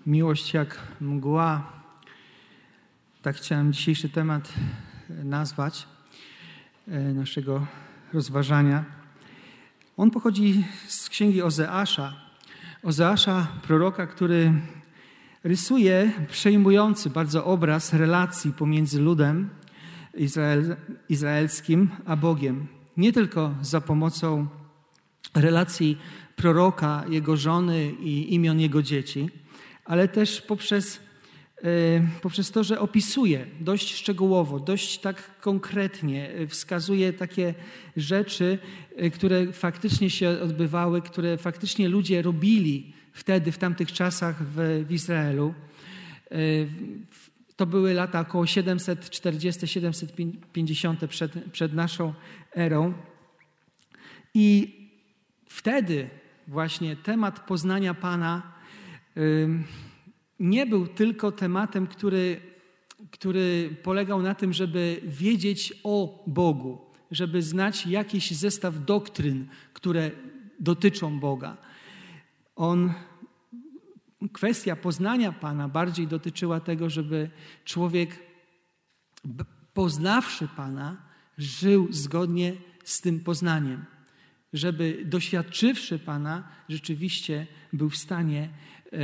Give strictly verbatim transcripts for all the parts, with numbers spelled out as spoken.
Miłość jak mgła. Tak chciałem dzisiejszy temat nazwać naszego rozważania. On pochodzi z księgi Ozeasza. Ozeasza, proroka, który rysuje przejmujący bardzo obraz relacji pomiędzy ludem Izrael, izraelskim a Bogiem. Nie tylko za pomocą relacji proroka, jego żony i imion jego dzieci, ale też poprzez, poprzez to, że opisuje dość szczegółowo, dość tak konkretnie, wskazuje takie rzeczy, które faktycznie się odbywały, które faktycznie ludzie robili wtedy, w tamtych czasach w, w Izraelu. To były lata około siedemset czterdzieste do siedemset pięćdziesiąt przed, przed naszą erą. I wtedy właśnie temat poznania Pana nie był tylko tematem, który, który polegał na tym, żeby wiedzieć o Bogu, żeby znać jakiś zestaw doktryn, które dotyczą Boga. On, kwestia poznania Pana bardziej dotyczyła tego, żeby człowiek, poznawszy Pana, żył zgodnie z tym poznaniem. Żeby doświadczywszy Pana, rzeczywiście był w stanie e,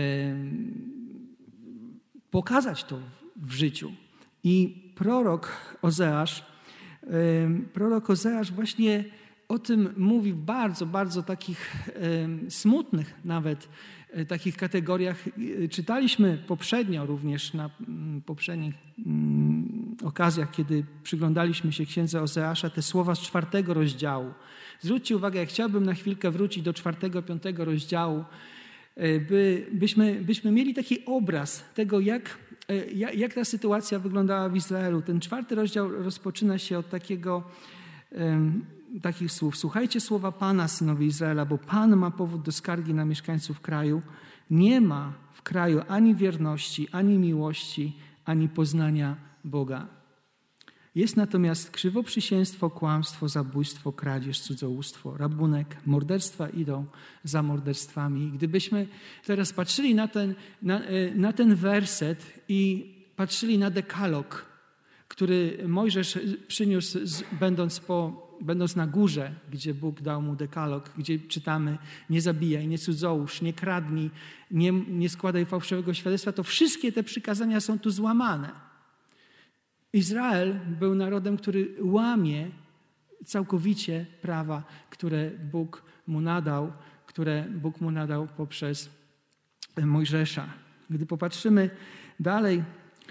pokazać to w życiu. I prorok Ozeasz, e, prorok Ozeasz właśnie o tym mówi w bardzo, bardzo takich e, smutnych nawet e, takich kategoriach. Czytaliśmy poprzednio również na m, poprzednich m, okazjach, kiedy przyglądaliśmy się księdze Ozeasza, te słowa z czwartego rozdziału. Zwróćcie uwagę, ja chciałbym na chwilkę wrócić do czwartego, piątego rozdziału, by, byśmy, byśmy mieli taki obraz tego, jak, jak, jak ta sytuacja wyglądała w Izraelu. Ten czwarty rozdział rozpoczyna się od takiego, um, takich słów. Słuchajcie słowa Pana, synowie Izraela, bo Pan ma powód do skargi na mieszkańców kraju. Nie ma w kraju ani wierności, ani miłości, ani poznania Boga. Jest natomiast krzywoprzysięstwo, kłamstwo, zabójstwo, kradzież, cudzołóstwo, rabunek, morderstwa idą za morderstwami. I gdybyśmy teraz patrzyli na ten, na, na ten werset i patrzyli na dekalog, który Mojżesz przyniósł, będąc, po, będąc na górze, gdzie Bóg dał mu dekalog, gdzie czytamy nie zabijaj, nie cudzołóż, nie kradnij, nie, nie składaj fałszywego świadectwa, to wszystkie te przykazania są tu złamane. Izrael był narodem, który łamie całkowicie prawa, które Bóg mu nadał, które Bóg mu nadał poprzez Mojżesza. Gdy popatrzymy dalej,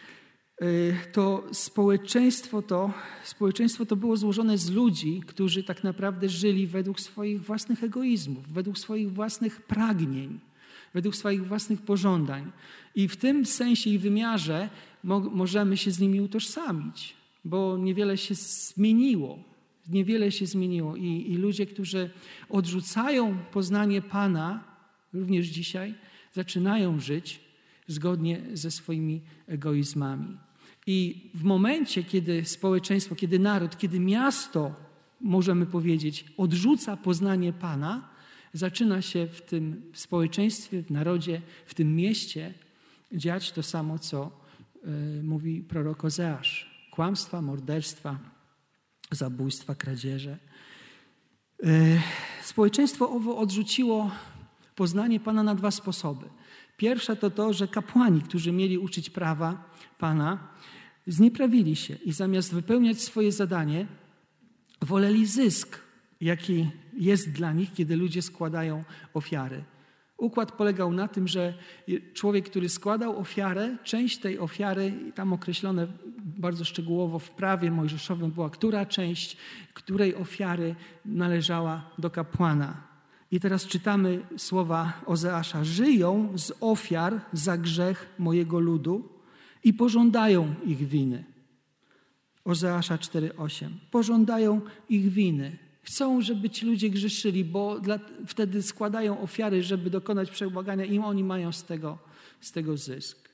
to społeczeństwo to, społeczeństwo to było złożone z ludzi, którzy tak naprawdę żyli według swoich własnych egoizmów, według swoich własnych pragnień, według swoich własnych pożądań. I w tym sensie i wymiarze mo- możemy się z nimi utożsamić, bo niewiele się zmieniło. Niewiele się zmieniło. I, i ludzie, którzy odrzucają poznanie Pana, również dzisiaj, zaczynają żyć zgodnie ze swoimi egoizmami. I w momencie, kiedy społeczeństwo, kiedy naród, kiedy miasto, możemy powiedzieć, odrzuca poznanie Pana, zaczyna się w tym społeczeństwie, w narodzie, w tym mieście dziać to samo, co y, mówi prorok Ozeasz. Kłamstwa, morderstwa, zabójstwa, kradzieże. Y, społeczeństwo owo odrzuciło poznanie Pana na dwa sposoby. Pierwsza to to, że kapłani, którzy mieli uczyć prawa Pana, znieprawili się i zamiast wypełniać swoje zadanie, woleli zysk, jaki jest dla nich, kiedy ludzie składają ofiary. Układ polegał na tym, że człowiek, który składał ofiarę, część tej ofiary, tam określone bardzo szczegółowo w prawie mojżeszowym była, która część, której ofiary należała do kapłana. I teraz czytamy słowa Ozeasza. Żyją z ofiar za grzech mojego ludu i pożądają ich winy. Ozeasza cztery osiem. Pożądają ich winy. Chcą, żeby ci ludzie grzeszyli, bo dla, wtedy składają ofiary, żeby dokonać przebłagania i oni mają z tego, z tego zysk.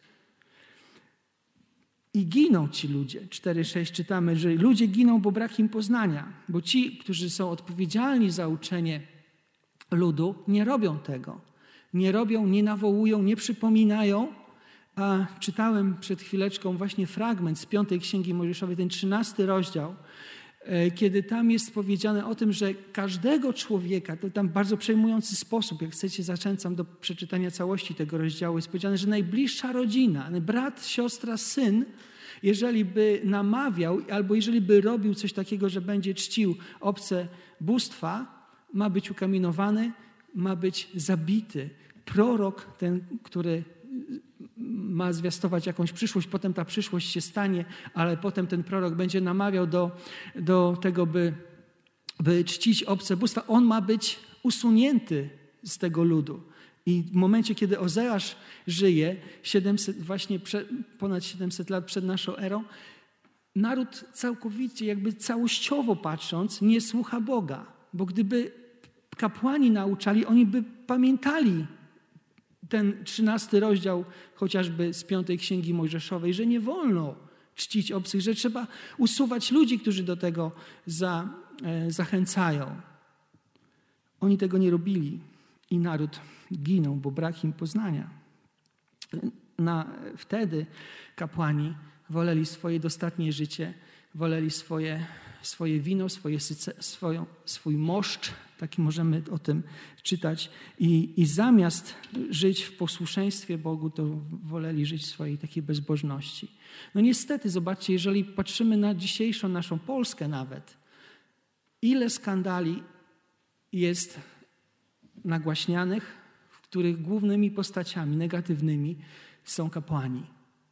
I giną ci ludzie. cztery sześć czytamy, że ludzie giną, bo brak im poznania. Bo ci, którzy są odpowiedzialni za uczenie ludu, nie robią tego. Nie robią, nie nawołują, nie przypominają, A czytałem przed chwileczką właśnie fragment z piątej Księgi Mojżeszowej, ten trzynasty rozdział, kiedy tam jest powiedziane o tym, że każdego człowieka, to tam bardzo przejmujący sposób, jak chcecie, zachęcam do przeczytania całości tego rozdziału, jest powiedziane, że najbliższa rodzina, brat, siostra, syn, jeżeli by namawiał albo jeżeli by robił coś takiego, że będzie czcił obce bóstwa, ma być ukamienowany, ma być zabity. Prorok, ten, który ma zwiastować jakąś przyszłość, potem ta przyszłość się stanie, ale potem ten prorok będzie namawiał do, do tego, by, by czcić obce bóstwa. On ma być usunięty z tego ludu. I w momencie, kiedy Ozeasz żyje, siedemset, właśnie przed, ponad siedemset lat przed naszą erą, naród całkowicie, jakby całościowo patrząc, nie słucha Boga. Bo gdyby kapłani nauczali, oni by pamiętali ten trzynasty rozdział chociażby z piątej Księgi Mojżeszowej, że nie wolno czcić obcych, że trzeba usuwać ludzi, którzy do tego za, e, zachęcają. Oni tego nie robili i naród ginął, bo brak im poznania. Na, wtedy kapłani woleli swoje dostatnie życie, woleli swoje, swoje wino, swoje, swoją, swój moszcz, taki możemy o tym czytać. I, I zamiast żyć w posłuszeństwie Bogu, to woleli żyć w swojej takiej bezbożności. No niestety, zobaczcie, jeżeli patrzymy na dzisiejszą naszą Polskę nawet, ile skandali jest nagłaśnianych, w których głównymi postaciami negatywnymi są kapłani.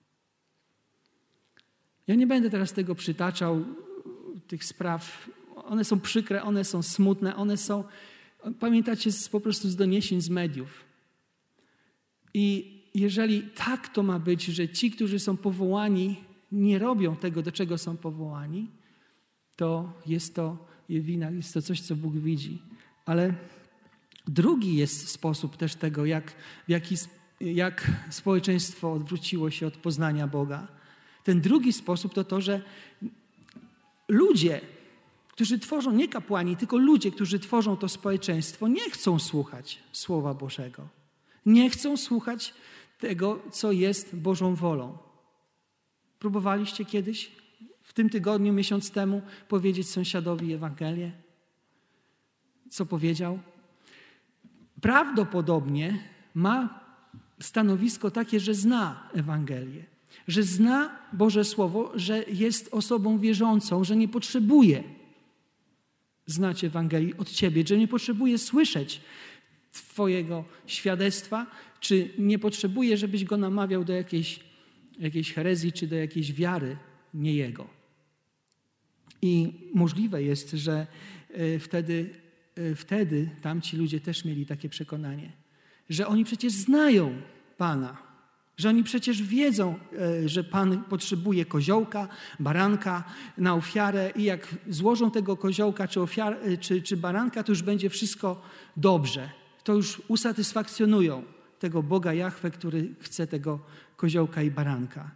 Ja nie będę teraz tego przytaczał, tych spraw. One są przykre, one są smutne, one są, pamiętacie, z, po prostu z doniesień z mediów. I jeżeli tak to ma być, że ci, którzy są powołani, nie robią tego, do czego są powołani, to jest to wina, jest to coś, co Bóg widzi. Ale drugi jest sposób też tego, jak, w jaki, jak społeczeństwo odwróciło się od poznania Boga. Ten drugi sposób to to, że ludzie, którzy tworzą, nie kapłani, tylko ludzie, którzy tworzą to społeczeństwo, nie chcą słuchać Słowa Bożego. Nie chcą słuchać tego, co jest Bożą wolą. Próbowaliście kiedyś, w tym tygodniu, miesiąc temu, powiedzieć sąsiadowi Ewangelię? Co powiedział? Prawdopodobnie ma stanowisko takie, że zna Ewangelię, że zna Boże Słowo, że jest osobą wierzącą, że nie potrzebuje znać Ewangelii od ciebie, że nie potrzebuje słyszeć twojego świadectwa, czy nie potrzebuje, żebyś go namawiał do jakiejś, jakiejś herezji, czy do jakiejś wiary nie jego. I możliwe jest, że wtedy, wtedy tamci ludzie też mieli takie przekonanie, że oni przecież znają Pana, że oni przecież wiedzą, że Pan potrzebuje koziołka, baranka na ofiarę i jak złożą tego koziołka czy, ofiar, czy, czy baranka, to już będzie wszystko dobrze. To już usatysfakcjonują tego Boga Jahwe, który chce tego koziołka i baranka.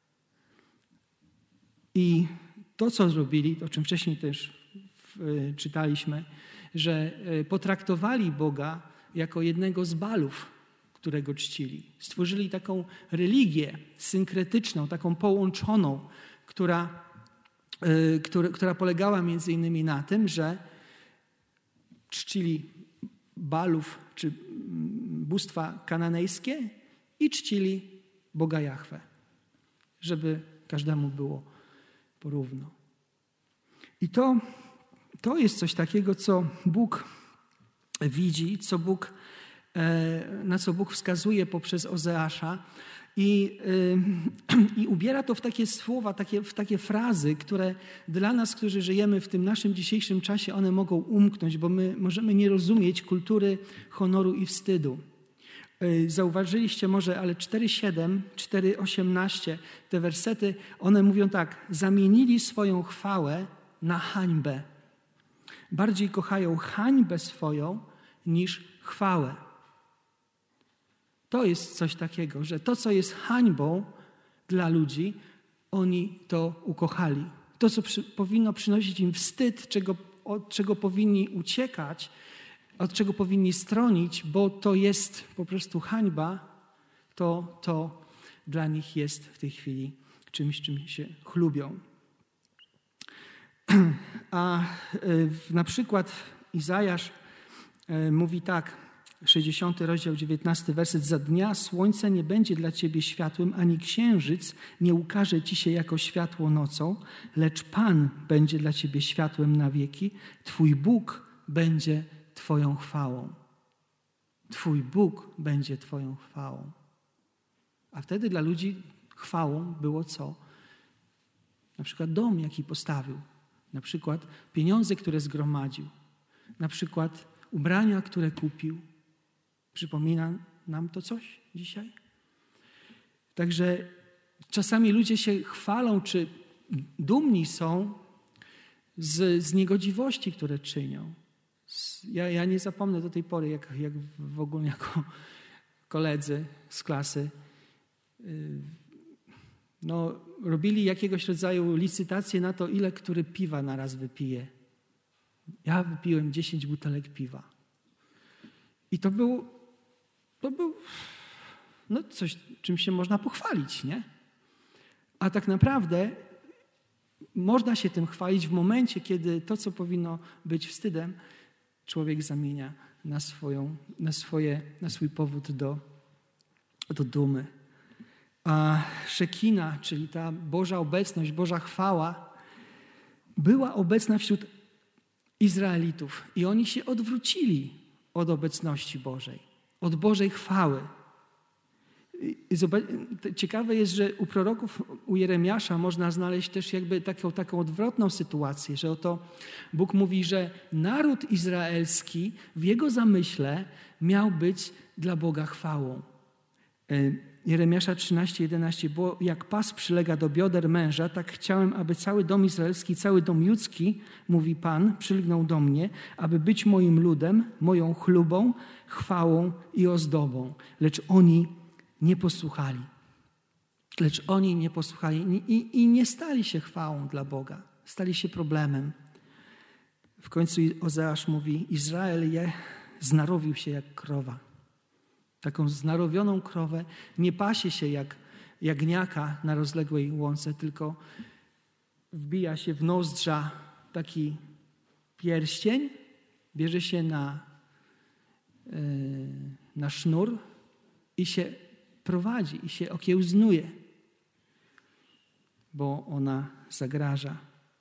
I to, co zrobili, o czym wcześniej też czytaliśmy, że potraktowali Boga jako jednego z balów, którego czcili. Stworzyli taką religię synkretyczną, taką połączoną, która, która, która polegała między innymi na tym, że czcili balów czy bóstwa kananejskie i czcili Boga Jahwe, żeby każdemu było porówno. I to, to jest coś takiego, co Bóg widzi, co Bóg, na co Bóg wskazuje poprzez Ozeasza i, i ubiera to w takie słowa, takie, w takie frazy, które dla nas, którzy żyjemy w tym naszym dzisiejszym czasie, one mogą umknąć, bo my możemy nie rozumieć kultury honoru i wstydu. Zauważyliście może, ale cztery siedem, cztery osiemnaście, te wersety, one mówią tak: zamienili swoją chwałę na hańbę. Bardziej kochają hańbę swoją niż chwałę. To jest coś takiego, że to, co jest hańbą dla ludzi, oni to ukochali. To, co przy, powinno przynosić im wstyd, czego, od czego powinni uciekać, od czego powinni stronić, bo to jest po prostu hańba, to, to dla nich jest w tej chwili czymś, czym się chlubią. A na przykład Izajasz mówi tak, sześćdziesiąty rozdział, dziewiętnasty werset. Za dnia słońce nie będzie dla ciebie światłem, ani księżyc nie ukaże ci się jako światło nocą, lecz Pan będzie dla ciebie światłem na wieki. Twój Bóg będzie twoją chwałą. Twój Bóg będzie twoją chwałą. A wtedy dla ludzi chwałą było co? Na przykład dom, jaki postawił. Na przykład pieniądze, które zgromadził. Na przykład ubrania, które kupił. Przypomina nam to coś dzisiaj? Także czasami ludzie się chwalą, czy dumni są z, z niegodziwości, które czynią. Ja, ja nie zapomnę do tej pory, jak, jak w ogóle jako koledzy z klasy no, robili jakiegoś rodzaju licytację na to, ile który piwa naraz wypije. Ja wypiłem dziesięć butelek piwa. I to był, to był no coś, czym się można pochwalić, nie? A tak naprawdę można się tym chwalić w momencie, kiedy to, co powinno być wstydem, człowiek zamienia na, swoją, na, swoje, na swój powód do, do dumy. A Szekina, czyli ta Boża obecność, Boża chwała, była obecna wśród Izraelitów i oni się odwrócili od obecności Bożej, od Bożej chwały. Ciekawe jest, że u proroków, u Jeremiasza można znaleźć też jakby taką, taką odwrotną sytuację, że oto Bóg mówi, że naród izraelski w jego zamyśle miał być dla Boga chwałą. Jeremiasza trzynaście jedenaście. Bo jak pas przylega do bioder męża, tak chciałem, aby cały dom izraelski, cały dom judzki, mówi Pan, przylgnął do mnie, aby być moim ludem, moją chlubą, chwałą i ozdobą. Lecz oni nie posłuchali. Lecz oni nie posłuchali i, i nie stali się chwałą dla Boga. Stali się problemem. W końcu Ozeasz mówi, Izrael je znarowił się jak krowa. Taką znarowioną krowę nie pasie się jak jagniaka na rozległej łące, tylko wbija się w nozdrza taki pierścień, bierze się na, yy, na sznur i się prowadzi, i się okiełznuje, bo ona zagraża.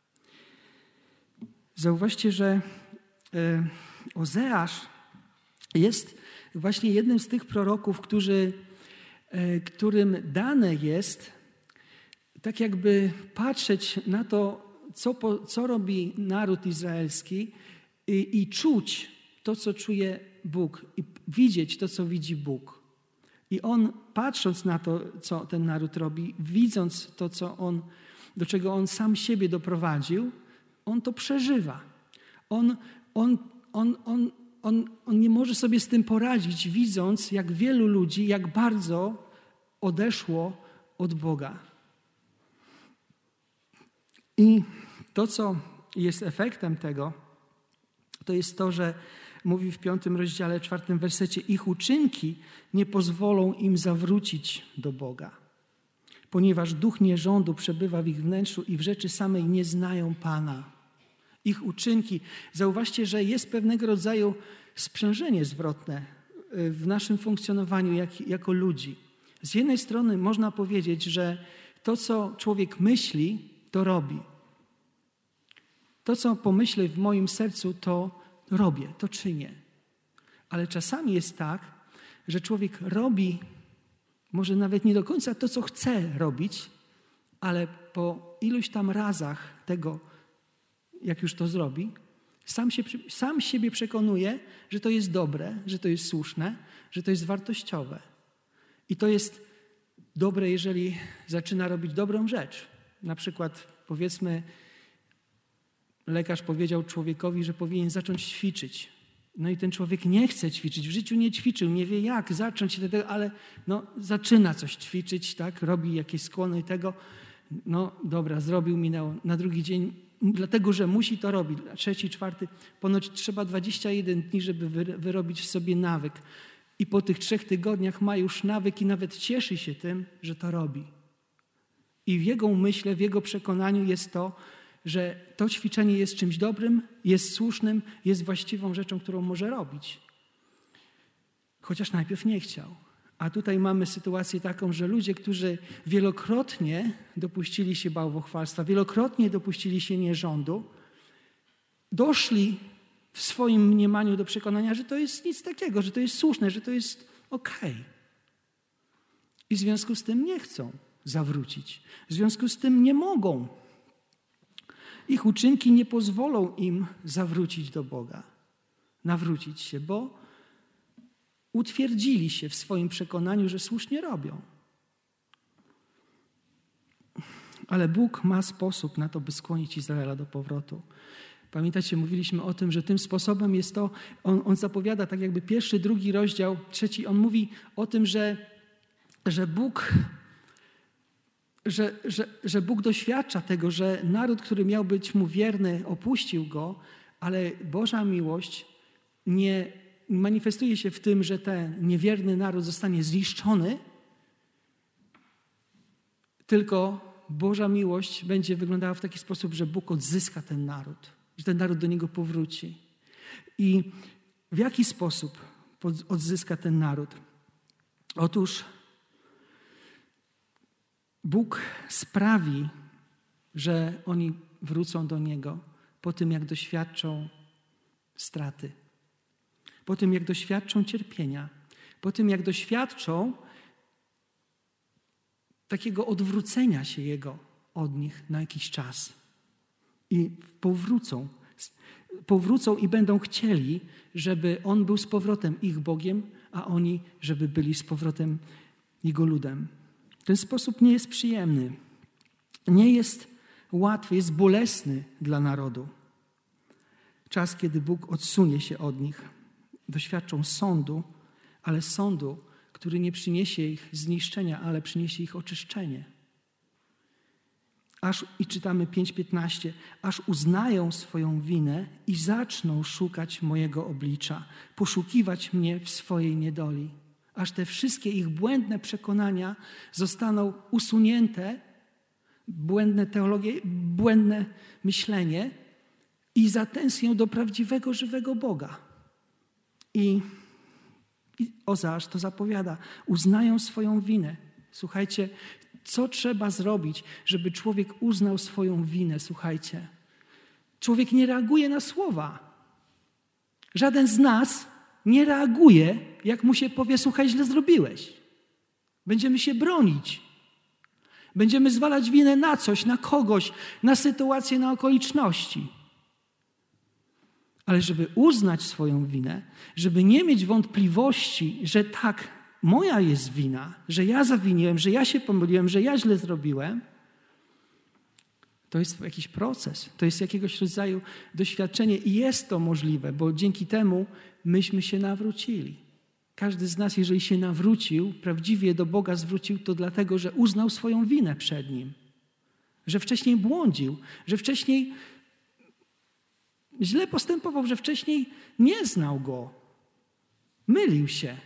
Zauważcie, że yy, Ozeasz jest właśnie jednym z tych proroków, którzy, którym dane jest tak jakby patrzeć na to, co, po, co robi naród izraelski i, i czuć to, co czuje Bóg i widzieć to, co widzi Bóg. I on, patrząc na to, co ten naród robi, widząc to, co on, do czego on sam siebie doprowadził, on to przeżywa. On, on, on, on On, on nie może sobie z tym poradzić, widząc, jak wielu ludzi, jak bardzo odeszło od Boga. I to, co jest efektem tego, to jest to, że mówi w piątym rozdziale, czwartym wersecie, ich uczynki nie pozwolą im zawrócić do Boga, ponieważ duch nierządu przebywa w ich wnętrzu i w rzeczy samej nie znają Pana. Ich uczynki. Zauważcie, że jest pewnego rodzaju sprzężenie zwrotne w naszym funkcjonowaniu jak, jako ludzi. Z jednej strony można powiedzieć, że to, co człowiek myśli, to robi. To, co pomyślę w moim sercu, to robię, to czynię. Ale czasami jest tak, że człowiek robi może nawet nie do końca to, co chce robić, ale po iluś tam razach tego, jak już to zrobi, sam, się, sam siebie przekonuje, że to jest dobre, że to jest słuszne, że to jest wartościowe. I to jest dobre, jeżeli zaczyna robić dobrą rzecz. Na przykład, powiedzmy, lekarz powiedział człowiekowi, że powinien zacząć ćwiczyć. No i ten człowiek nie chce ćwiczyć, w życiu nie ćwiczył, nie wie jak zacząć, ale no, zaczyna coś ćwiczyć, tak? Robi jakieś skłony tego. No dobra, zrobił, minęło. Na drugi dzień, dlatego że musi to robić. Trzeci, czwarty, ponoć trzeba dwadzieścia jeden dni, żeby wyrobić w sobie nawyk. I po tych trzech tygodniach ma już nawyk i nawet cieszy się tym, że to robi. I w jego umyśle, w jego przekonaniu jest to, że to ćwiczenie jest czymś dobrym, jest słusznym, jest właściwą rzeczą, którą może robić. Chociaż najpierw nie chciał. A tutaj mamy sytuację taką, że ludzie, którzy wielokrotnie dopuścili się bałwochwalstwa, wielokrotnie dopuścili się nierządu, doszli w swoim mniemaniu do przekonania, że to jest nic takiego, że to jest słuszne, że to jest okej. I w związku z tym nie chcą zawrócić. W związku z tym nie mogą. Ich uczynki nie pozwolą im zawrócić do Boga, nawrócić się, bo utwierdzili się w swoim przekonaniu, że słusznie robią. Ale Bóg ma sposób na to, by skłonić Izraela do powrotu. Pamiętacie, mówiliśmy o tym, że tym sposobem jest to, on, on zapowiada tak jakby pierwszy, drugi rozdział, trzeci, on mówi o tym, że, że Bóg... Że, że, że Bóg doświadcza tego, że naród, który miał być mu wierny, opuścił go, ale Boża miłość nie manifestuje się w tym, że ten niewierny naród zostanie zniszczony, tylko Boża miłość będzie wyglądała w taki sposób, że Bóg odzyska ten naród, że ten naród do niego powróci. I w jaki sposób odzyska ten naród? Otóż Bóg sprawi, że oni wrócą do Niego po tym, jak doświadczą straty, po tym, jak doświadczą cierpienia, po tym, jak doświadczą takiego odwrócenia się Jego od nich na jakiś czas. I powrócą, powrócą i będą chcieli, żeby On był z powrotem ich Bogiem, a oni, żeby byli z powrotem Jego ludem. Ten sposób nie jest przyjemny, nie jest łatwy, jest bolesny dla narodu. Czas, kiedy Bóg odsunie się od nich, doświadczą sądu, ale sądu, który nie przyniesie ich zniszczenia, ale przyniesie ich oczyszczenie. Aż, i czytamy pięć piętnaście, aż uznają swoją winę i zaczną szukać mojego oblicza, poszukiwać mnie w swojej niedoli. Aż te wszystkie ich błędne przekonania zostaną usunięte, błędne teologie, błędne myślenie i zatęsknią do prawdziwego, żywego Boga. I, i Ozeasz to zapowiada. Uznają swoją winę. Słuchajcie, co trzeba zrobić, żeby człowiek uznał swoją winę? Słuchajcie, człowiek nie reaguje na słowa. Żaden z nas nie reaguje, jak mu się powie, słuchaj, źle zrobiłeś. Będziemy się bronić. Będziemy zwalać winę na coś, na kogoś, na sytuację, na okoliczności. Ale żeby uznać swoją winę, żeby nie mieć wątpliwości, że tak, moja jest wina, że ja zawiniłem, że ja się pomyliłem, że ja źle zrobiłem, to jest jakiś proces, to jest jakiegoś rodzaju doświadczenie i jest to możliwe, bo dzięki temu myśmy się nawrócili. Każdy z nas, jeżeli się nawrócił, prawdziwie do Boga zwrócił, to dlatego, że uznał swoją winę przed Nim. Że wcześniej błądził, że wcześniej źle postępował, że wcześniej nie znał Go. Mylił się.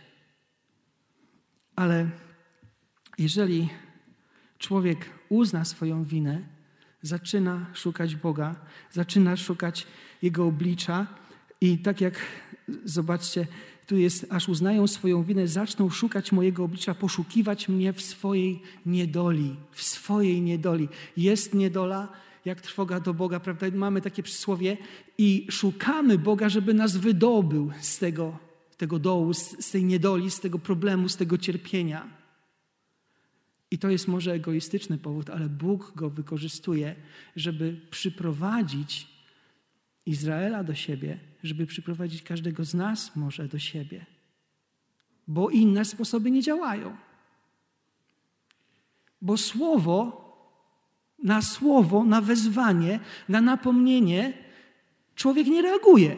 Ale jeżeli człowiek uzna swoją winę, zaczyna szukać Boga, zaczyna szukać Jego oblicza i tak jak, zobaczcie, tu jest, aż uznają swoją winę, zaczną szukać mojego oblicza, poszukiwać mnie w swojej niedoli, w swojej niedoli. Jest niedola, jak trwoga do Boga, prawda? Mamy takie przysłowie i szukamy Boga, żeby nas wydobył z tego, tego dołu, z, z tej niedoli, z tego problemu, z tego cierpienia. I to jest może egoistyczny powód, ale Bóg go wykorzystuje, żeby przyprowadzić Izraela do siebie, żeby przyprowadzić każdego z nas może do siebie. Bo inne sposoby nie działają. Bo słowo, na słowo, na wezwanie, na napomnienie człowiek nie reaguje.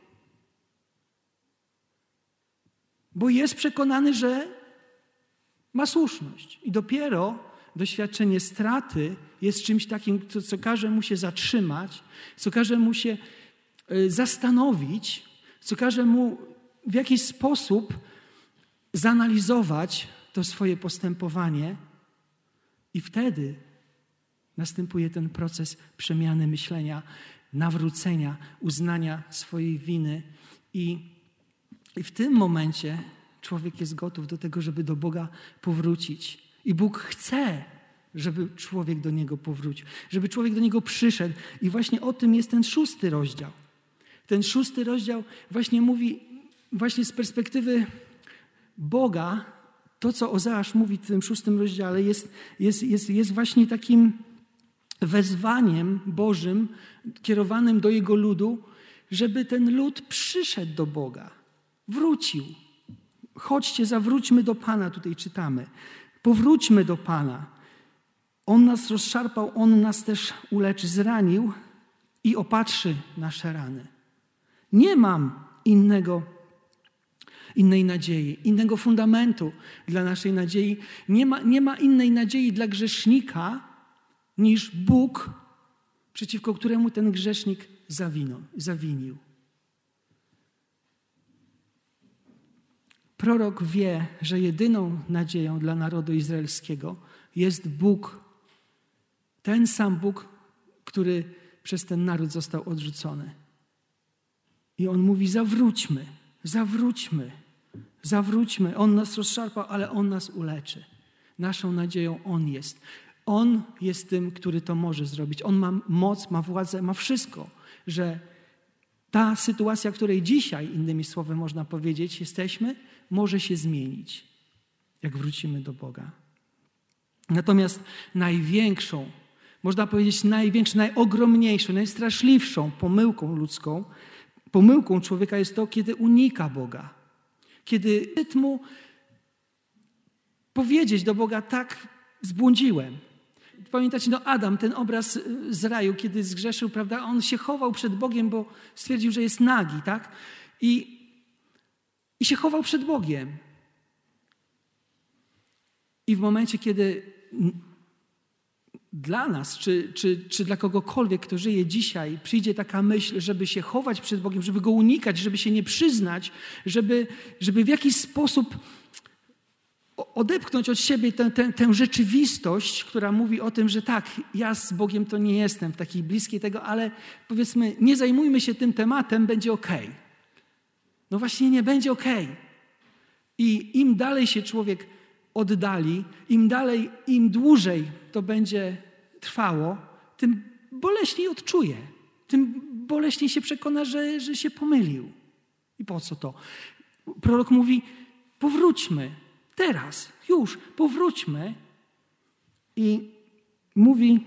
Bo jest przekonany, że ma słuszność. I dopiero doświadczenie straty jest czymś takim, co, co każe mu się zatrzymać, co każe mu się zastanowić, co każe mu w jakiś sposób zanalizować to swoje postępowanie i wtedy następuje ten proces przemiany myślenia, nawrócenia, uznania swojej winy i, i w tym momencie człowiek jest gotów do tego, żeby do Boga powrócić. I Bóg chce, żeby człowiek do Niego powrócił, żeby człowiek do Niego przyszedł. I właśnie o tym jest ten szósty rozdział. Ten szósty rozdział właśnie mówi, właśnie z perspektywy Boga, to co Ozeasz mówi w tym szóstym rozdziale jest, jest, jest, jest właśnie takim wezwaniem Bożym kierowanym do Jego ludu, żeby ten lud przyszedł do Boga, wrócił. Chodźcie, zawróćmy do Pana, tutaj czytamy. Powróćmy do Pana. On nas rozszarpał, On nas też uleczy, zranił i opatrzy nasze rany. Nie mam innego, innej nadziei, innego fundamentu dla naszej nadziei. Nie ma, nie ma innej nadziei dla grzesznika niż Bóg, przeciwko któremu ten grzesznik zawinął, zawinił. Prorok wie, że jedyną nadzieją dla narodu izraelskiego jest Bóg. Ten sam Bóg, który przez ten naród został odrzucony. I on mówi, zawróćmy, zawróćmy, zawróćmy. On nas rozszarpał, ale On nas uleczy. Naszą nadzieją On jest. On jest tym, który to może zrobić. On ma moc, ma władzę, ma wszystko, że ta sytuacja, w której dzisiaj, innymi słowy można powiedzieć, jesteśmy, może się zmienić, jak wrócimy do Boga. Natomiast największą, można powiedzieć największą, najogromniejszą, najstraszliwszą pomyłką ludzką, pomyłką człowieka jest to, kiedy unika Boga. Kiedy chce mu powiedzieć do Boga, tak, zbłądziłem. Pamiętacie, no Adam, ten obraz z raju, kiedy zgrzeszył, prawda? On się chował przed Bogiem, bo stwierdził, że jest nagi, tak? I, i się chował przed Bogiem. I w momencie, kiedy dla nas, czy, czy, czy dla kogokolwiek, kto żyje dzisiaj, przyjdzie taka myśl, żeby się chować przed Bogiem, żeby Go unikać, żeby się nie przyznać, żeby, żeby w jakiś sposób odepchnąć od siebie tę, tę, tę rzeczywistość, która mówi o tym, że tak, ja z Bogiem to nie jestem w takiej bliskiej tego, ale powiedzmy, nie zajmujmy się tym tematem, będzie okej. No właśnie nie będzie okej. I im dalej się człowiek oddali, im dalej, im dłużej to będzie trwało, tym boleśniej odczuje. Tym boleśniej się przekona, że, że się pomylił. I po co to? Prorok mówi, powróćmy. Teraz, już, powróćmy. I mówi,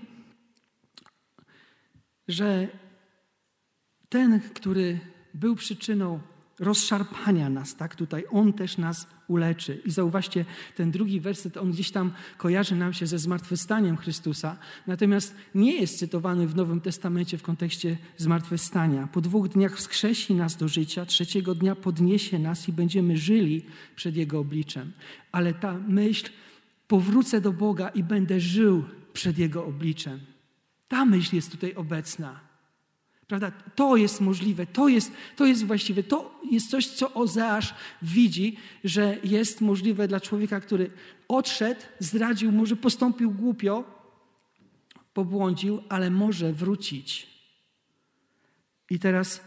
że ten, który był przyczyną rozszarpania nas, tak, tutaj On też nas uleczy. I zauważcie, ten drugi werset, on gdzieś tam kojarzy nam się ze zmartwychwstaniem Chrystusa, natomiast nie jest cytowany w Nowym Testamencie w kontekście zmartwychwstania. Po dwóch dniach wskrzesi nas do życia, trzeciego dnia podniesie nas i będziemy żyli przed Jego obliczem. Ale ta myśl, powrócę do Boga i będę żył przed Jego obliczem. Ta myśl jest tutaj obecna. Prawda? To jest możliwe, to jest, to jest właściwe, to jest coś, co Ozeasz widzi, że jest możliwe dla człowieka, który odszedł, zdradził, może postąpił głupio, pobłądził, ale może wrócić. I teraz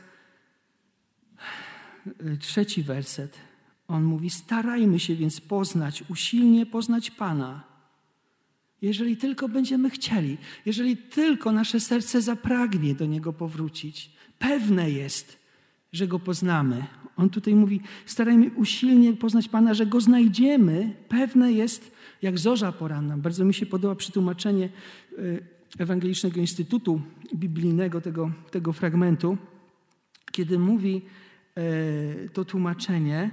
trzeci werset. On mówi, starajmy się więc poznać, usilnie poznać Pana. Jeżeli tylko będziemy chcieli, jeżeli tylko nasze serce zapragnie do Niego powrócić, pewne jest, że Go poznamy. On tutaj mówi, starajmy usilnie poznać Pana, że Go znajdziemy. Pewne jest, jak zorza poranna. Bardzo mi się podoba przetłumaczenie Ewangelicznego Instytutu Biblijnego tego, tego fragmentu, kiedy mówi to tłumaczenie,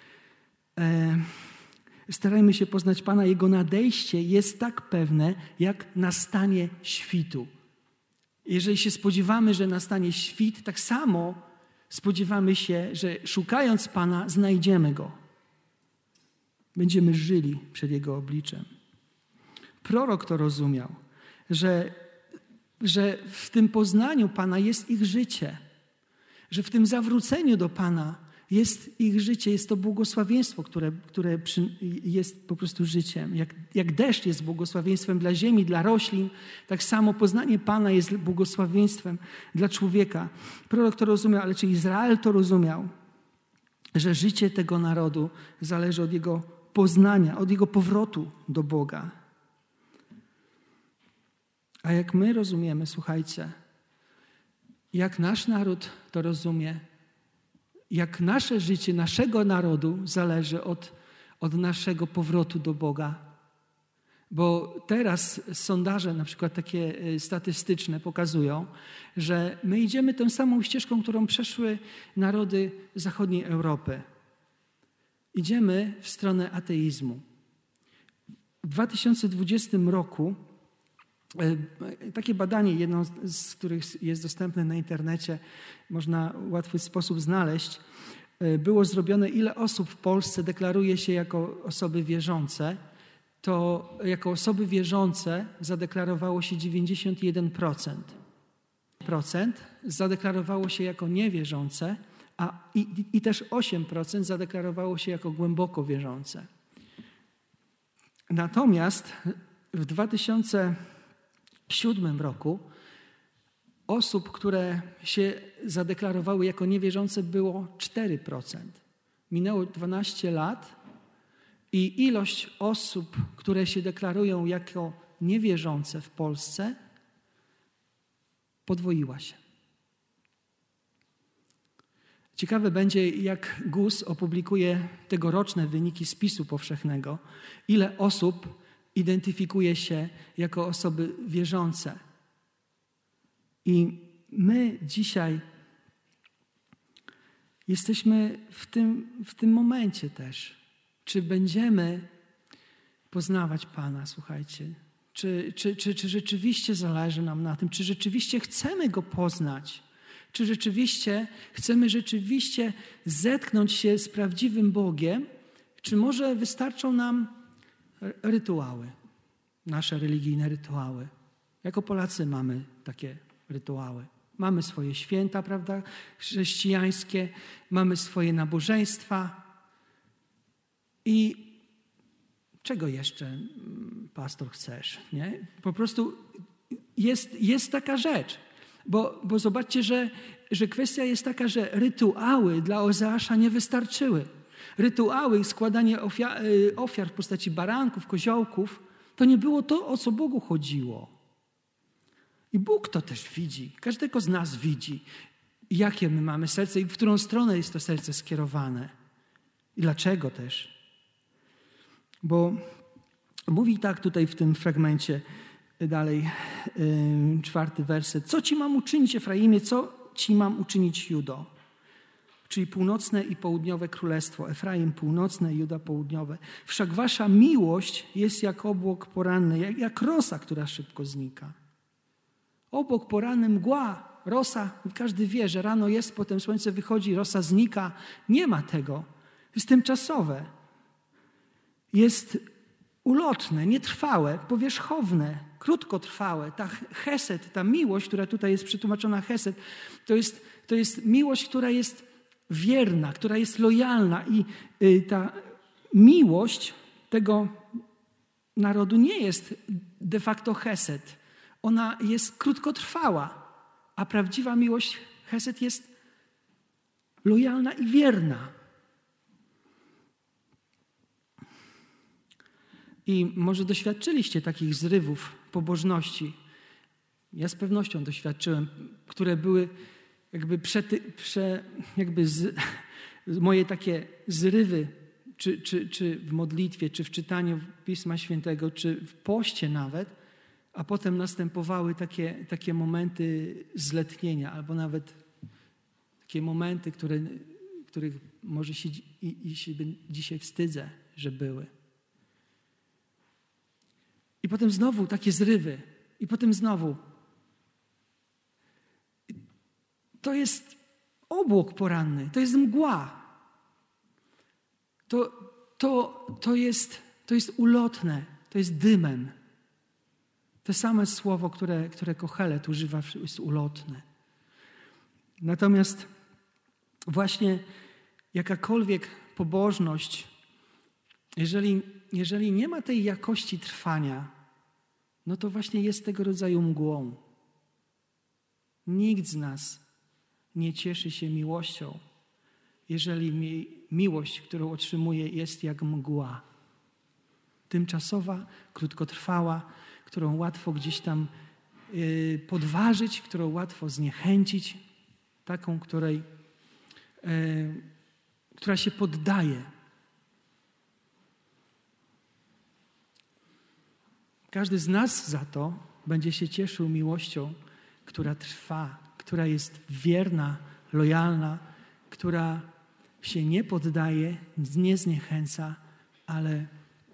starajmy się poznać Pana, Jego nadejście jest tak pewne, jak nastanie świtu. Jeżeli się spodziewamy, że nastanie świt, tak samo spodziewamy się, że szukając Pana, znajdziemy Go. Będziemy żyli przed Jego obliczem. Prorok to rozumiał, że, że w tym poznaniu Pana jest ich życie, że w tym zawróceniu do Pana jest ich życie, jest to błogosławieństwo, które, które przy, jest po prostu życiem. Jak, jak deszcz jest błogosławieństwem dla ziemi, dla roślin, tak samo poznanie Pana jest błogosławieństwem dla człowieka. Prorok to rozumiał, ale czy Izrael to rozumiał, że życie tego narodu zależy od jego poznania, od jego powrotu do Boga. A jak my rozumiemy, słuchajcie, jak nasz naród to rozumie, jak nasze życie, naszego narodu zależy od, od naszego powrotu do Boga. Bo teraz sondaże, na przykład takie statystyczne, pokazują, że my idziemy tą samą ścieżką, którą przeszły narody zachodniej Europy. Idziemy w stronę ateizmu. W dwa tysiące dwudziestym roku takie badanie, jedno z których jest dostępne na internecie, można w łatwy sposób znaleźć, było zrobione, ile osób w Polsce deklaruje się jako osoby wierzące. To jako osoby wierzące zadeklarowało się dziewięćdziesiąt jeden procent. Procent zadeklarowało się jako niewierzące, a i, i też osiem procent zadeklarowało się jako głęboko wierzące. Natomiast w dwa tysiące siódmym roku osób, które się zadeklarowały jako niewierzące, było cztery procent. Minęło dwanaście lat i ilość osób, które się deklarują jako niewierzące w Polsce, podwoiła się. Ciekawe będzie, jak G U S opublikuje tegoroczne wyniki spisu powszechnego, ile osób identyfikuje się jako osoby wierzące. I my dzisiaj jesteśmy w tym, w tym momencie też. Czy będziemy poznawać Pana, słuchajcie? Czy, czy, czy, czy rzeczywiście zależy nam na tym? Czy rzeczywiście chcemy Go poznać? Czy rzeczywiście chcemy rzeczywiście zetknąć się z prawdziwym Bogiem? Czy może wystarczą nam rytuały, nasze religijne rytuały? Jako Polacy mamy takie rytuały. Mamy swoje święta, prawda, chrześcijańskie, mamy swoje nabożeństwa. I czego jeszcze, pastor, chcesz? Nie? Po prostu jest, jest taka rzecz. Bo, bo zobaczcie, że, że kwestia jest taka, że rytuały dla Ozeasza nie wystarczyły. Rytuały, składanie ofiar, ofiar w postaci baranków, koziołków, to nie było to, o co Bogu chodziło. I Bóg to też widzi. Każdego z nas widzi, jakie my mamy serce i w którą stronę jest to serce skierowane. I dlaczego też. Bo mówi tak tutaj w tym fragmencie dalej, yy, czwarty werset. Co ci mam uczynić, Efraimie? Co ci mam uczynić, Judo? Czyli północne i południowe królestwo. Efraim północne, Juda południowe. Wszak wasza miłość jest jak obłok poranny, jak, jak rosa, która szybko znika. Obłok poranny, mgła, rosa. Każdy wie, że rano jest, potem słońce wychodzi, rosa znika. Nie ma tego. Jest tymczasowe. Jest ulotne, nietrwałe, powierzchowne, krótkotrwałe. Ta chesed, ta miłość, która tutaj jest przetłumaczona chesed, to jest, to jest miłość, która jest wierna, która jest lojalna. I y, ta miłość tego narodu nie jest de facto chesed. Ona jest krótkotrwała, a prawdziwa miłość chesed jest lojalna i wierna. I może doświadczyliście takich zrywów pobożności. Ja z pewnością doświadczyłem, które były jakby, przety, prze, jakby z, moje takie zrywy, czy, czy, czy w modlitwie, czy w czytaniu Pisma Świętego, czy w poście nawet, a potem następowały takie, takie momenty zletnienia, albo nawet takie momenty, które, których może się, i, i się dzisiaj wstydzę, że były. I potem znowu takie zrywy. I potem znowu. To jest obłok poranny. To jest mgła. To, to, to, jest, to jest ulotne. To jest dymem. To same słowo, które, które Kohelet używa, jest ulotne. Natomiast właśnie jakakolwiek pobożność, jeżeli, jeżeli nie ma tej jakości trwania, no to właśnie jest tego rodzaju mgłą. Nikt z nas nie cieszy się miłością, jeżeli mi, miłość, którą otrzymuje, jest jak mgła. Tymczasowa, krótkotrwała, którą łatwo gdzieś tam y, podważyć, którą łatwo zniechęcić, taką, której, y, która się poddaje. Każdy z nas za to będzie się cieszył miłością, która trwa, która jest wierna, lojalna, która się nie poddaje, nie zniechęca, ale,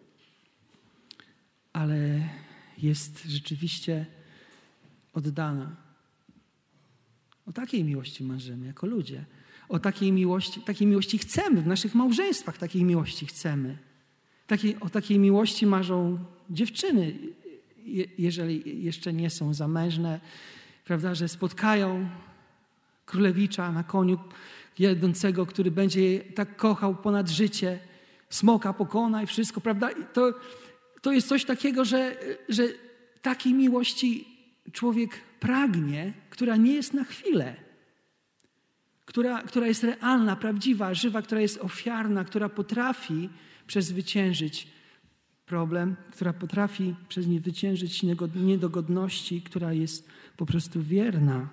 ale jest rzeczywiście oddana. O takiej miłości marzymy jako ludzie. O takiej miłości, takiej miłości chcemy, w naszych małżeństwach takiej miłości chcemy. Takiej, o takiej miłości marzą dziewczyny, je, jeżeli jeszcze nie są zamężne, prawda, że spotkają królewicza na koniu jadącego, który będzie je tak kochał ponad życie, smoka pokona i wszystko, prawda? I to, to jest coś takiego, że, że takiej miłości człowiek pragnie, która nie jest na chwilę, która, która jest realna, prawdziwa, żywa, która jest ofiarna, która potrafi przezwyciężyć problem, która potrafi przezwyciężyć niedogodności, która jest po prostu wierna.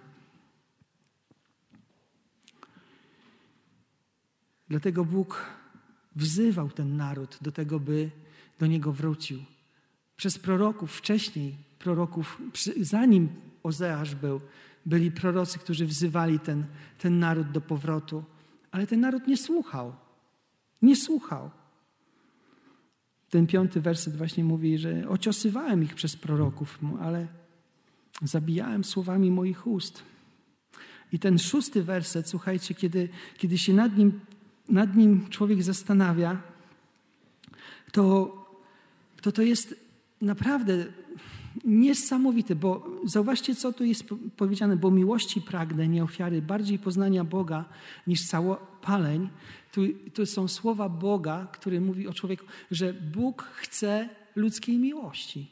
Dlatego Bóg wzywał ten naród do tego, by do Niego wrócił. Przez proroków wcześniej, proroków, zanim Ozeasz był, byli prorocy, którzy wzywali ten, ten naród do powrotu. Ale ten naród nie słuchał. Nie słuchał. Ten piąty werset właśnie mówi, że ociosywałem ich przez proroków, ale zabijałem słowami moich ust. I ten szósty werset, słuchajcie, kiedy, kiedy się nad nim, nad nim człowiek zastanawia, to, to to jest naprawdę niesamowite, bo zauważcie, co tu jest powiedziane, bo miłości pragnę, nie ofiary, bardziej poznania Boga niż całopaleń. Tu, tu są słowa Boga, który mówi o człowieku, że Bóg chce ludzkiej miłości.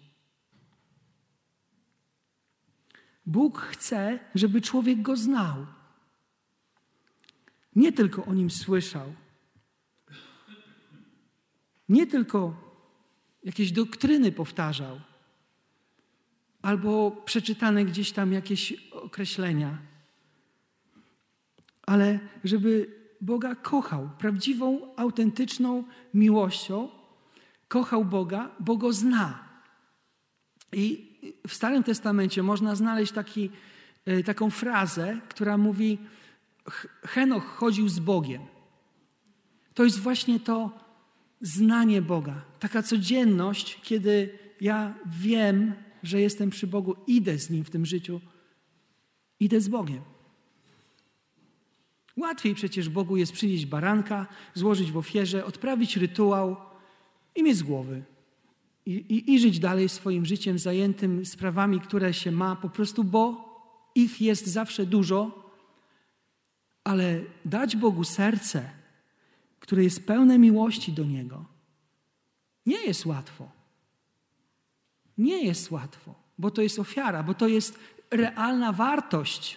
Bóg chce, żeby człowiek Go znał. Nie tylko o Nim słyszał. Nie tylko jakieś doktryny powtarzał. Albo przeczytane gdzieś tam jakieś określenia. Ale żeby Boga kochał prawdziwą, autentyczną miłością, kochał Boga, bo Go zna. I w Starym Testamencie można znaleźć taki, taką frazę, która mówi: Henoch chodził z Bogiem. To jest właśnie to znanie Boga. Taka codzienność, kiedy ja wiem, że jestem przy Bogu, idę z Nim w tym życiu, idę z Bogiem. Łatwiej przecież Bogu jest przynieść baranka, złożyć w ofierze, odprawić rytuał i mieć z głowy. I, i, I żyć dalej swoim życiem zajętym sprawami, które się ma, po prostu bo ich jest zawsze dużo, ale dać Bogu serce, które jest pełne miłości do Niego, nie jest łatwo. Nie jest łatwo, bo to jest ofiara, bo to jest realna wartość,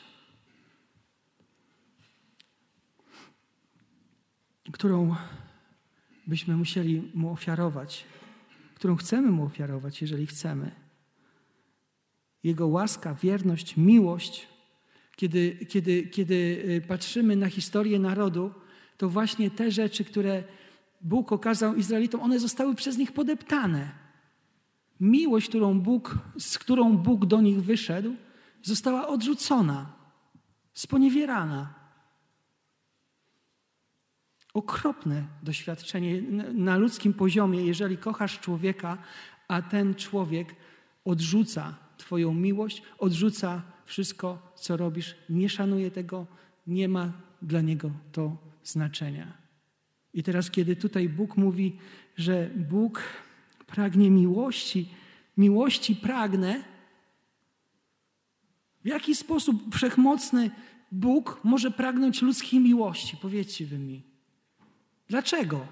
którą byśmy musieli Mu ofiarować, którą chcemy Mu ofiarować, jeżeli chcemy. Jego łaska, wierność, miłość, kiedy, kiedy, kiedy patrzymy na historię narodu, to właśnie te rzeczy, które Bóg okazał Izraelitom, one zostały przez nich podeptane. Miłość, którą Bóg, z którą Bóg do nich wyszedł, została odrzucona, sponiewierana. Okropne doświadczenie na ludzkim poziomie, jeżeli kochasz człowieka, a ten człowiek odrzuca Twoją miłość, odrzuca wszystko, co robisz, nie szanuje tego, nie ma dla niego to znaczenia. I teraz, kiedy tutaj Bóg mówi, że Bóg pragnie miłości, miłości pragnę, w jaki sposób wszechmocny Bóg może pragnąć ludzkiej miłości? Powiedzcie wy mi. Dlaczego?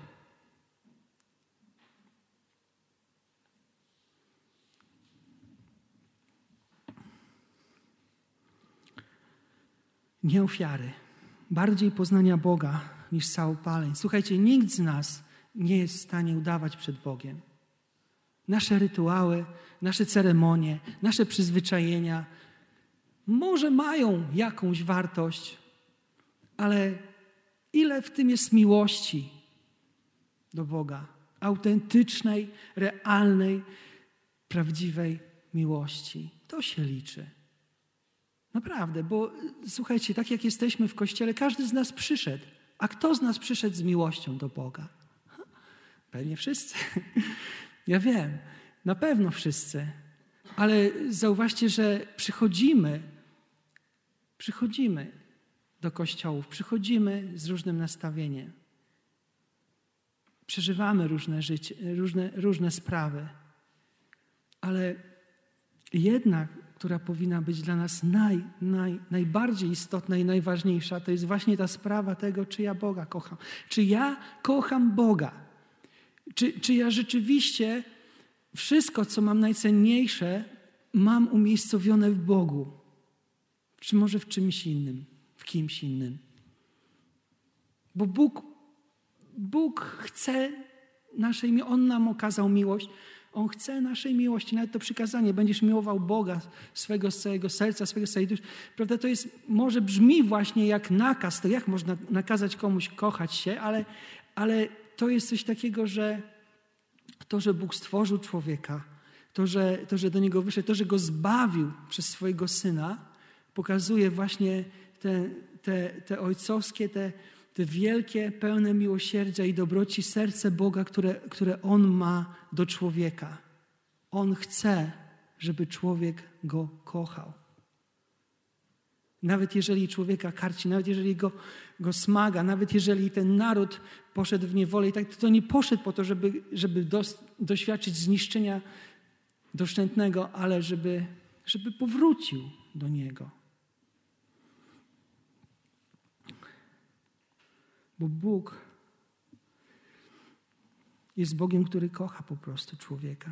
Nie ofiary, bardziej poznania Boga niż całopaleń. Słuchajcie, nikt z nas nie jest w stanie udawać przed Bogiem. Nasze rytuały, nasze ceremonie, nasze przyzwyczajenia może mają jakąś wartość, ale ile w tym jest miłości do Boga? Autentycznej, realnej, prawdziwej miłości. To się liczy. Naprawdę, bo słuchajcie, tak jak jesteśmy w Kościele, każdy z nas przyszedł. A kto z nas przyszedł z miłością do Boga? Pewnie wszyscy. Ja wiem, na pewno wszyscy. Ale zauważcie, że przychodzimy, przychodzimy do kościołów, przychodzimy z różnym nastawieniem. Przeżywamy różne życie, różne, różne sprawy. Ale jedna, która powinna być dla nas naj, naj, najbardziej istotna i najważniejsza, to jest właśnie ta sprawa tego, czy ja Boga kocham. Czy ja kocham Boga? Czy, czy ja rzeczywiście wszystko, co mam najcenniejsze, mam umiejscowione w Bogu? Czy może w czymś innym, w kimś innym? Bo Bóg, Bóg chce naszej miłości. On nam okazał miłość. On chce naszej miłości. Nawet to przykazanie, będziesz miłował Boga swego z całego serca, swego z całej duszy. Prawda, to jest, może brzmi właśnie jak nakaz. To jak można nakazać komuś kochać się, ale, ale to jest coś takiego, że to, że Bóg stworzył człowieka, to że, to, że do niego wyszedł, to, że go zbawił przez swojego Syna, pokazuje właśnie te, te, te ojcowskie, te, te wielkie, pełne miłosierdzia i dobroci serce Boga, które, które On ma do człowieka. On chce, żeby człowiek go kochał. Nawet jeżeli człowieka karci, nawet jeżeli go, go smaga, nawet jeżeli ten naród poszedł w niewolę, i tak, to nie poszedł po to, żeby, żeby dos, doświadczyć zniszczenia doszczętnego, ale żeby, żeby powrócił do Niego. Bo Bóg jest Bogiem, który kocha po prostu człowieka.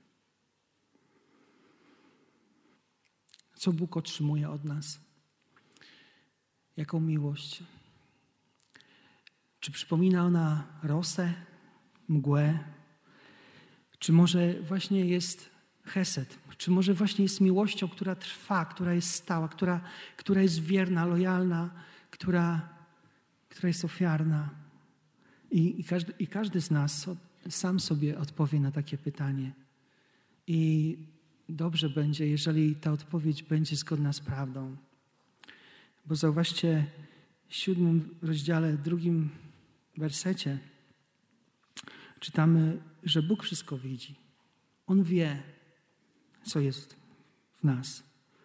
Co Bóg otrzymuje od nas? Jaką miłość? Czy przypomina ona rosę, mgłę? Czy może właśnie jest chesed? Czy może właśnie jest miłością, która trwa, która jest stała, która, która jest wierna, lojalna, która, która jest ofiarna? I, i, każdy, I każdy z nas sam sobie odpowie na takie pytanie. I dobrze będzie, jeżeli ta odpowiedź będzie zgodna z prawdą. Bo zauważcie, w siódmym rozdziale, drugim wersecie czytamy, że Bóg wszystko widzi. On wie, co jest w nas.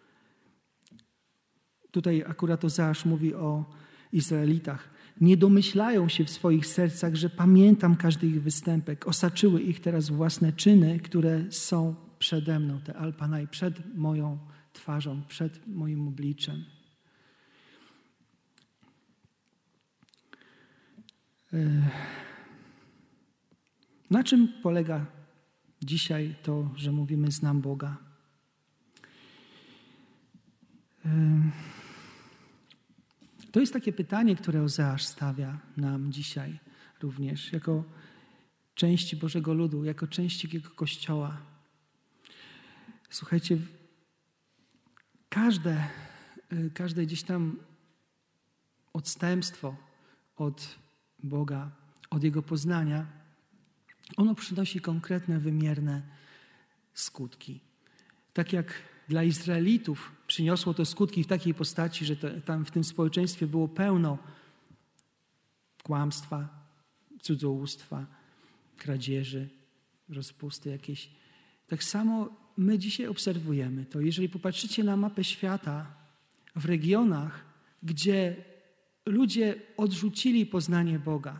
Tutaj akurat Ozeasz mówi o Izraelitach. Nie domyślają się w swoich sercach, że pamiętam każdy ich występek. Osaczyły ich teraz własne czyny, które są przede mną, te alpanaj, przed moją twarzą, przed moim obliczem. Na czym polega dzisiaj to, że mówimy znam Boga? To jest takie pytanie, które Ozeasz stawia nam dzisiaj również, jako części Bożego Ludu, jako części Jego Kościoła. Słuchajcie, każde, każde gdzieś tam odstępstwo od Boga, od Jego poznania, ono przynosi konkretne, wymierne skutki. Tak jak dla Izraelitów przyniosło to skutki w takiej postaci, że to, tam w tym społeczeństwie było pełno kłamstwa, cudzołóstwa, kradzieży, rozpusty jakieś. Tak samo my dzisiaj obserwujemy to. Jeżeli popatrzycie na mapę świata, w regionach, gdzie ludzie odrzucili poznanie Boga,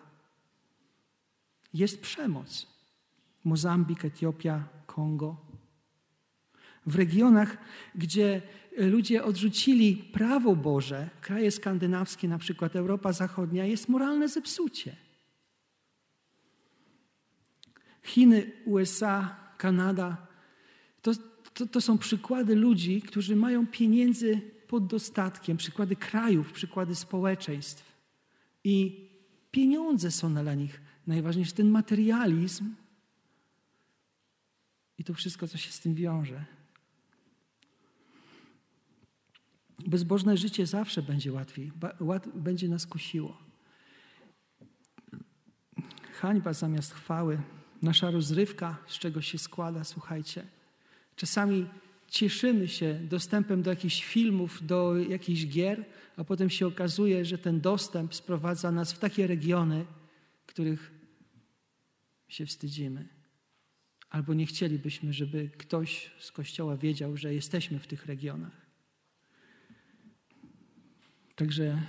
jest przemoc. Mozambik, Etiopia, Kongo. W regionach, gdzie ludzie odrzucili prawo Boże, kraje skandynawskie, na przykład Europa Zachodnia, jest moralne zepsucie. Chiny, U S A, Kanada. To, to, to są przykłady ludzi, którzy mają pieniędzy pod dostatkiem, przykłady krajów, przykłady społeczeństw. I pieniądze są dla nich najważniejsze, ten materializm i to wszystko, co się z tym wiąże. Bezbożne życie zawsze będzie łatwiej, łat, będzie nas kusiło. Hańba zamiast chwały, nasza rozrywka, z czego się składa, słuchajcie. Czasami cieszymy się dostępem do jakichś filmów, do jakichś gier, a potem się okazuje, że ten dostęp sprowadza nas w takie regiony, których się wstydzimy. Albo nie chcielibyśmy, żeby ktoś z Kościoła wiedział, że jesteśmy w tych regionach. Także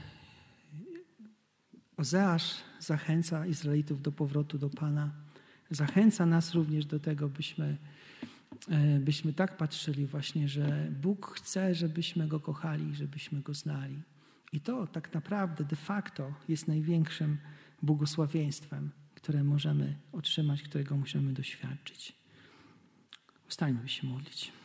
Ozeasz zachęca Izraelitów do powrotu do Pana. Zachęca nas również do tego, byśmy, byśmy tak patrzyli właśnie, że Bóg chce, żebyśmy Go kochali, żebyśmy Go znali. I to tak naprawdę de facto jest największym błogosławieństwem, które możemy otrzymać, którego możemy doświadczyć. Ustańmy, by się modlić.